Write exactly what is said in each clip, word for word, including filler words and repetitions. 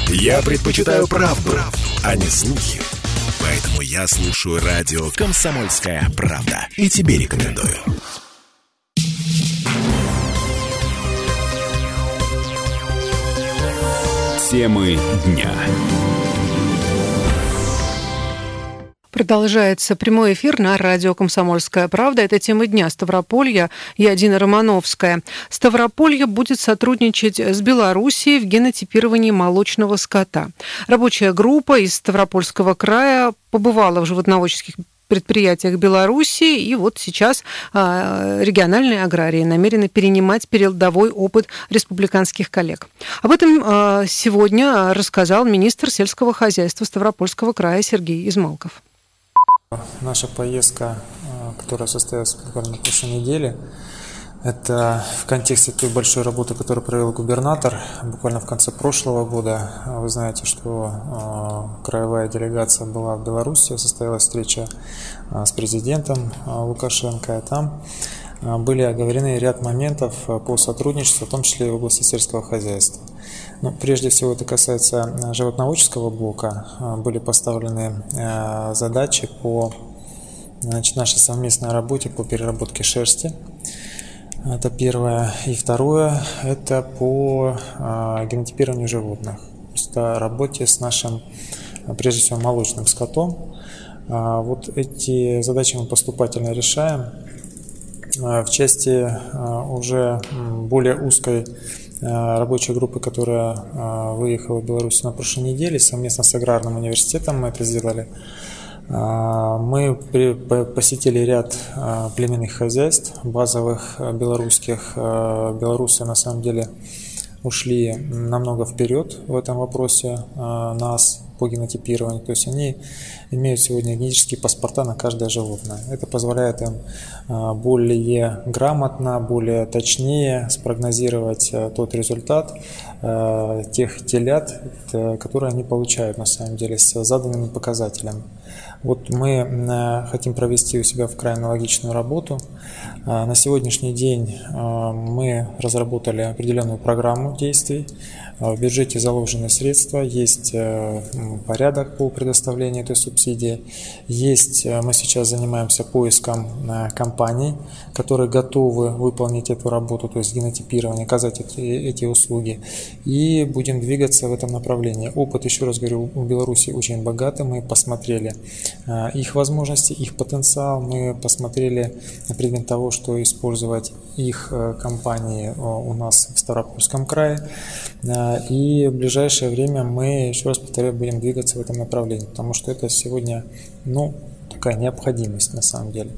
Я предпочитаю правду, правду, а не слухи. Поэтому я слушаю радио «Комсомольская правда». И тебе рекомендую. Темы дня. Продолжается прямой эфир на радио «Комсомольская правда». Это тема дня. Ставрополье. Я Дина Романовская. Ставрополье будет сотрудничать с Белоруссией в генотипировании молочного скота. Рабочая группа из Ставропольского края побывала в животноводческих предприятиях Белоруссии, и вот сейчас э, региональные аграрии намерены перенимать передовой опыт республиканских коллег. Об этом э, сегодня рассказал министр сельского хозяйства Ставропольского края Сергей Измалков. Наша поездка, которая состоялась буквально на прошлой неделе, это в контексте той большой работы, которую провел губернатор буквально в конце прошлого года. Вы знаете, что краевая делегация была в Беларуси, состоялась встреча с президентом Лукашенко, и там были оговорены ряд моментов по сотрудничеству, в том числе и в области сельского хозяйства. Ну, прежде всего, это касается животноводческого блока. Были поставлены задачи по, значит, нашей совместной работе по переработке шерсти. Это первое. И второе, это по генотипированию животных. То есть это работе с нашим, прежде всего, молочным скотом. Вот эти задачи мы поступательно решаем. В части уже более узкой рабочей группы, которая выехала в Беларусь на прошлой неделе, совместно с Аграрным университетом мы это сделали. Мы посетили ряд племенных хозяйств, базовых белорусских. Белорусы на самом деле ушли намного вперед в этом вопросе нас по генотипированию. То есть они имеют сегодня генетические паспорта на каждое животное. Это позволяет им более грамотно, более точнее спрогнозировать тот результат тех телят, которые они получают на самом деле с заданными показателями. Вот мы хотим провести у себя в крае аналогичную работу. На сегодняшний день мы разработали определенную программу действий. В бюджете заложены средства, есть порядок по предоставлению этой субсидии. Есть, мы сейчас занимаемся поиском компаний, которые готовы выполнить эту работу, то есть генотипирование, оказать эти, эти услуги. И будем двигаться в этом направлении. Опыт, еще раз говорю, у Беларуси очень богатый. Мы посмотрели их возможности, их потенциал. Мы посмотрели на предмет того, что использовать их компании у нас в Ставропольском крае. И в ближайшее время мы, еще раз повторяю, будем двигаться в этом направлении, потому что это сегодня, ну, такая необходимость на самом деле.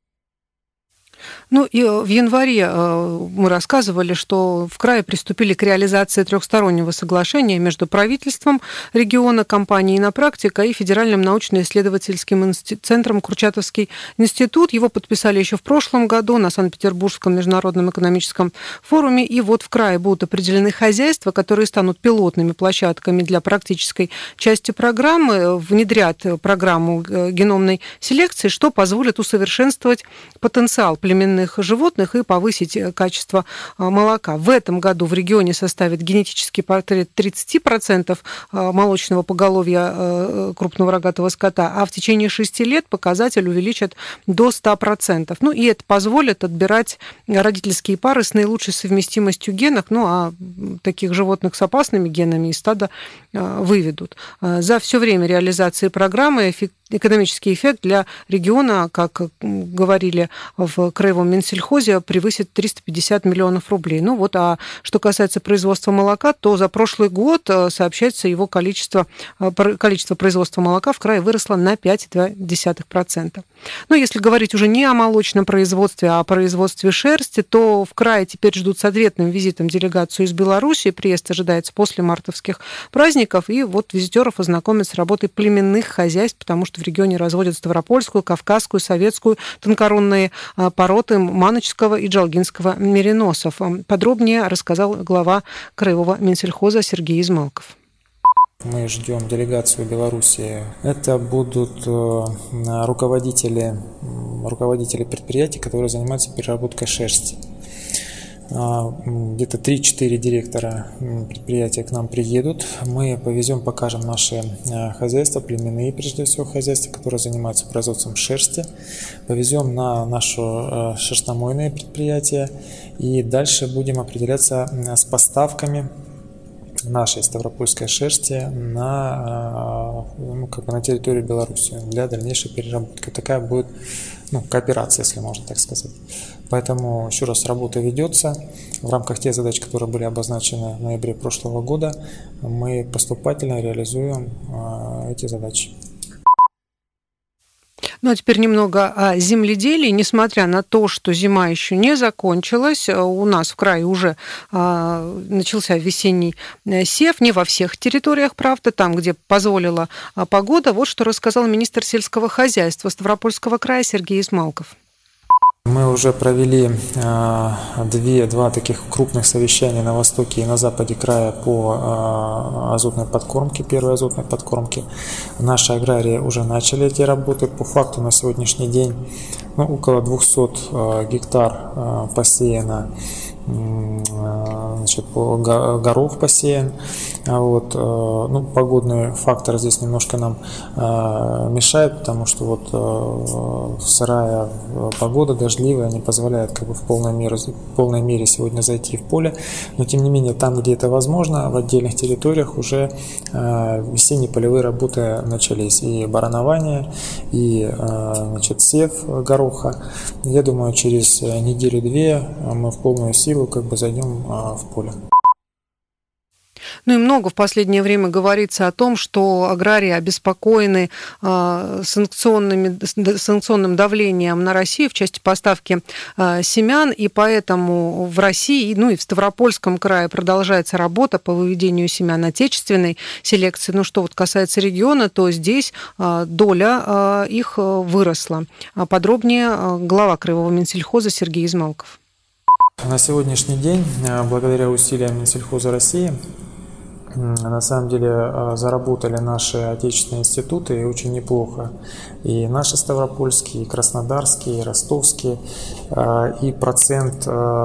Ну и в январе мы рассказывали, что в крае приступили к реализации трехстороннего соглашения между правительством региона, компанией «Иннопрактика» и Федеральным научно-исследовательским центром «Курчатовский институт». Его подписали еще в прошлом году на Санкт-Петербургском международном экономическом форуме. И вот в крае будут определены хозяйства, которые станут пилотными площадками для практической части программы, внедрят программу геномной селекции, что позволит усовершенствовать потенциал племенных животных и повысить качество молока. В этом году в регионе составит генетический портрет тридцать процентов молочного поголовья крупного рогатого скота, а в течение шести лет показатель увеличат до ста процентов. Ну и это позволит отбирать родительские пары с наилучшей совместимостью генов, ну а таких животных с опасными генами из стада выведут. За все время реализации программы экономический эффект для региона, как говорили в Краевом Минсельхозе, превысит триста пятьдесят миллионов рублей. Ну вот, а что касается производства молока, то за прошлый год, сообщается, его количество, количество производства молока в крае выросло на пять целых две десятых процента. Но если говорить уже не о молочном производстве, а о производстве шерсти, то в крае теперь ждут с ответным визитом делегацию из Беларуси. Приезд ожидается после мартовских праздников. И вот визитеров ознакомят с работой племенных хозяйств, потому что в регионе разводят ставропольскую, кавказскую, советскую тонкорунные породы маночского и джалгинского мериносов. Подробнее рассказал глава Краевого Минсельхоза Сергей Измалков. Мы ждем делегацию Беларуси. Это будут руководители, руководители предприятий, которые занимаются переработкой шерсти. где-то три-четыре директора предприятия к нам приедут. Мы повезем, покажем наши хозяйства, племенные, прежде всего, хозяйства, которые занимаются производством шерсти. Повезем на наше шерстомойное предприятие и дальше будем определяться с поставками нашей ставропольской шерсти на, ну, как бы на территорию Беларуси для дальнейшей переработки. Такая будет, ну, кооперация, если можно так сказать. Поэтому, еще раз, работа ведется. В рамках тех задач, которые были обозначены в ноябре прошлого года, мы поступательно реализуем э, эти задачи. Ну, а теперь немного о земледелии. Несмотря на то, что зима еще не закончилась, у нас в крае уже а, начался весенний сев. Не во всех территориях, правда, там, где позволила погода. Вот что рассказал министр сельского хозяйства Ставропольского края Сергей Измалков. Мы уже провели э, две, два таких крупных совещания на востоке и на западе края по э, азотной подкормке, первой азотной подкормке. Наши аграрии уже начали эти работы. По факту на сегодняшний день ну, около двухсот э, гектар э, посеяно, э, значит, горох посеян. Вот, э, ну, погодный фактор здесь немножко нам э, мешает, потому что вот э, сырая погода, дождливая, не позволяет как бы в полной мере, в полной мере сегодня зайти в поле. Но тем не менее, там, где это возможно, в отдельных территориях уже э, весенние полевые работы начались. И баранование, и э, значит, сев гороха. Я думаю, через неделю-две мы в полную силу как бы зайдем э, в поле. Ну и много в последнее время говорится о том, что аграрии обеспокоены э, санкционными, санкционным давлением на Россию в части поставки э, семян, и поэтому в России, ну и в Ставропольском крае продолжается работа по выведению семян отечественной селекции. Ну что вот касается региона, то здесь э, доля э, их выросла. Подробнее э, глава Краевого Минсельхоза Сергей Измалков. На сегодняшний день, благодаря усилиям Минсельхоза России, на самом деле заработали наши отечественные институты и очень неплохо. И наши ставропольские, и краснодарские, и ростовские. И процент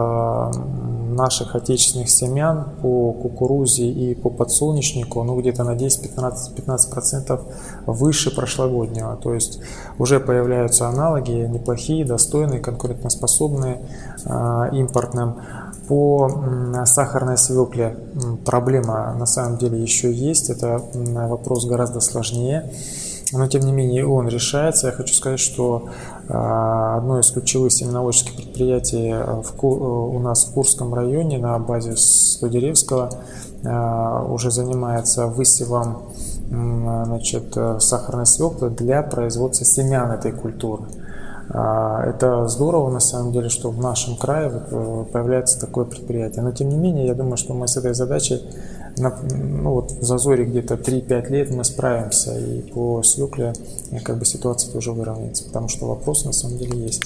наших отечественных семян по кукурузе и по подсолнечнику ну, где-то на десять-пятнадцать процентов выше прошлогоднего. То есть уже появляются аналоги неплохие, достойные, конкурентоспособные импортным. По сахарной свекле проблема на самом деле еще есть, это вопрос гораздо сложнее, но тем не менее он решается. Я хочу сказать, что одно из ключевых семеноводческих предприятий у нас в Курском районе на базе Студеревского уже занимается высевом, значит, сахарной свеклы для производства семян этой культуры. Это здорово, на самом деле, что в нашем крае появляется такое предприятие. Но, тем не менее, я думаю, что мы с этой задачей ну, вот, в зазоре где-то три-пять лет мы справимся. И по свекле как бы, ситуация тоже выровняется, потому что вопрос на самом деле есть.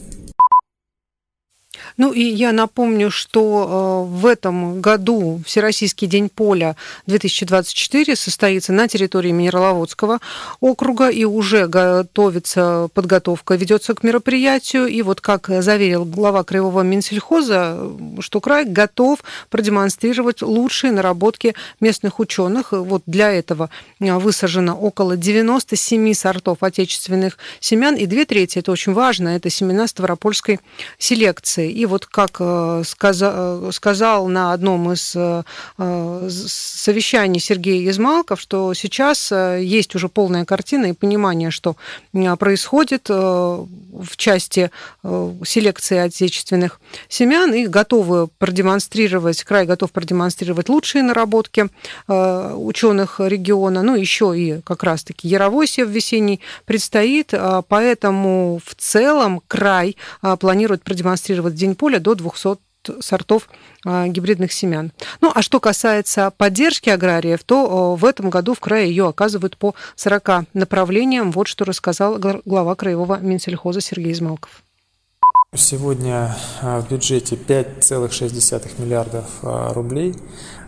Ну и я напомню, что в этом году Всероссийский день поля две тысячи двадцать четыре состоится на территории Минераловодского округа, и уже готовится подготовка, ведется к мероприятию. И вот как заверил глава Краевого Минсельхоза, что край готов продемонстрировать лучшие наработки местных ученых. Вот для этого высажено около девяноста семи сортов отечественных семян, и две трети, это очень важно, это семена ставропольской селекции. И вот как сказал на одном из совещаний Сергей Измалков, что сейчас есть уже полная картина и понимание, что происходит в части селекции отечественных семян, и готовы продемонстрировать, край готов продемонстрировать лучшие наработки ученых региона. Ну, еще и как раз-таки яровой сев весенний предстоит, поэтому в целом край планирует продемонстрировать день поля до двухсот сортов гибридных семян. Ну, а что касается поддержки аграриев, то в этом году в крае ее оказывают по сорока направлениям. Вот что рассказал глава Краевого Минсельхоза Сергей Измалков. Сегодня в бюджете пять целых шесть десятых миллиардов рублей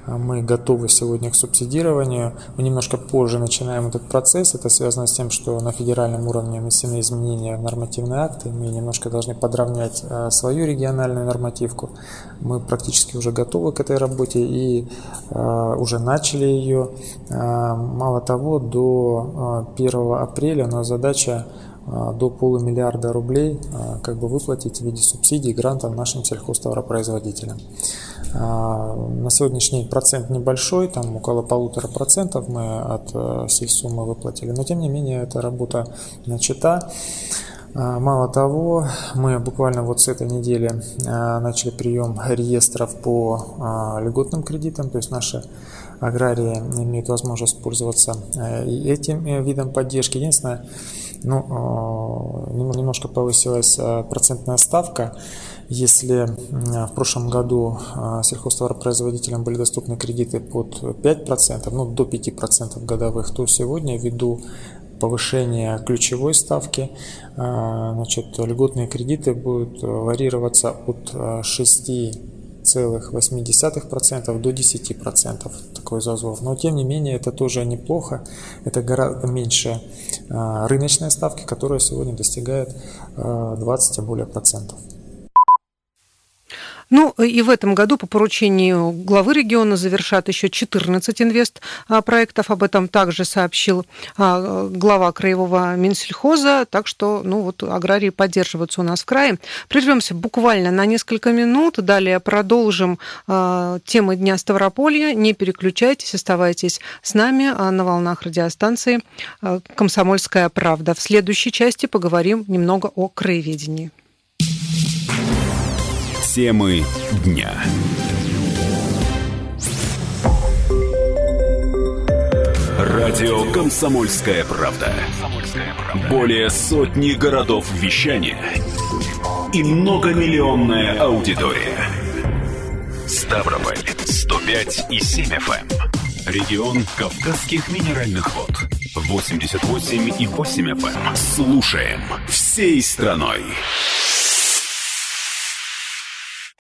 мы готовы сегодня к субсидированию. Мы немножко позже начинаем этот процесс. Это связано с тем, что на федеральном уровне внесены изменения в нормативные акты. Мы немножко должны подровнять свою региональную нормативку. Мы практически уже готовы к этой работе и уже начали ее. Мало того, до первого апреля у нас задача до полумиллиарда рублей как бы выплатить в виде субсидий, грантов нашим сельхозтоваропроизводителям. На сегодняшний день процент небольшой, там около полутора процентов мы от всей суммы выплатили, но тем не менее эта работа начата. Мало того, мы буквально вот с этой недели начали прием реестров по льготным кредитам, то есть наши аграрии имеют возможность пользоваться и этим видом поддержки. Единственное, ну, немножко повысилась процентная ставка. Если в прошлом году сельхозтоваропроизводителям были доступны кредиты под пять процентов, ну, до пяти процентов годовых, то сегодня ввиду повышения ключевой ставки, значит, льготные кредиты будут варьироваться от шести целых восьми десятых процента до десяти процентов, такой зазор. Но тем не менее это тоже неплохо, это гораздо меньше рыночной ставки, которая сегодня достигает двадцати, а более процентов. Ну и в этом году по поручению главы региона завершат еще четырнадцать инвестпроектов. Об этом также сообщил глава краевого Минсельхоза. Так что, ну вот, аграрии поддерживаются у нас в крае. Прервемся буквально на несколько минут. Далее продолжим темы Дня Ставрополья. Не переключайтесь, оставайтесь с нами на волнах радиостанции «Комсомольская правда». В следующей части поговорим немного о краеведении. Темы дня. Радио «Комсомольская правда». Более сотни городов вещания и многомиллионная аудитория. Ставрополь сто пять и семь эф эм. Регион Кавказских минеральных вод восемьдесят восемь и восемь эф эм. Слушаем всей страной.